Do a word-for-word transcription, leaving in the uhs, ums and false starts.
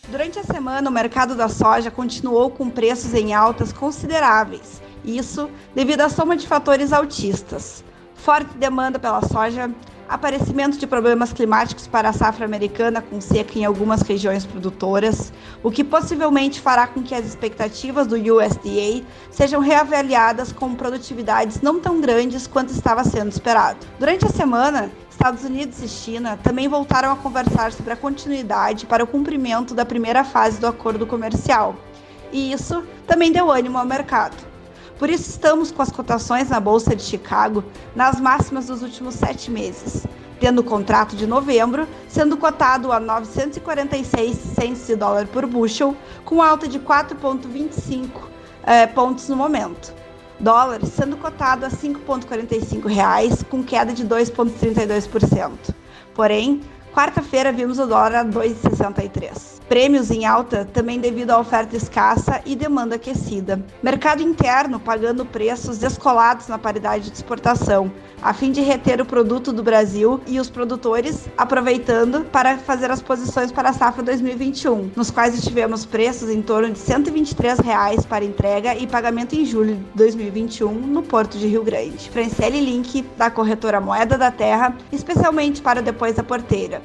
Durante a semana, o mercado da soja continuou com preços em altas consideráveis, isso devido à soma de fatores altistas. Forte demanda pela soja, aparecimento de problemas climáticos para a safra americana com seca em algumas regiões produtoras, o que possivelmente fará com que as expectativas do U S D A sejam reavaliadas com produtividades não tão grandes quanto estava sendo esperado. Durante a semana, Estados Unidos e China também voltaram a conversar sobre a continuidade para o cumprimento da primeira fase do acordo comercial, e isso também deu ânimo ao mercado. Por isso estamos com as cotações na Bolsa de Chicago nas máximas dos últimos sete meses, tendo o contrato de novembro sendo cotado a novecentos e quarenta e seis centavos de dólar por bushel, com alta de quatro vírgula vinte e cinco eh, pontos no momento. Dólar sendo cotado a cinco vírgula quarenta e cinco reais, com queda de dois vírgula trinta e dois por cento. Porém, quarta-feira vimos o dólar a dois vírgula sessenta e três. Prêmios em alta também devido à oferta escassa e demanda aquecida. Mercado interno pagando preços descolados na paridade de exportação, a fim de reter o produto do Brasil e os produtores aproveitando para fazer as posições para a safra dois mil e vinte e um, nos quais tivemos preços em torno de cento e vinte e três reais para entrega e pagamento em julho de dois mil e vinte e um no Porto de Rio Grande. Franciele Link, da corretora Moeda da Terra, especialmente para Depois da Porteira.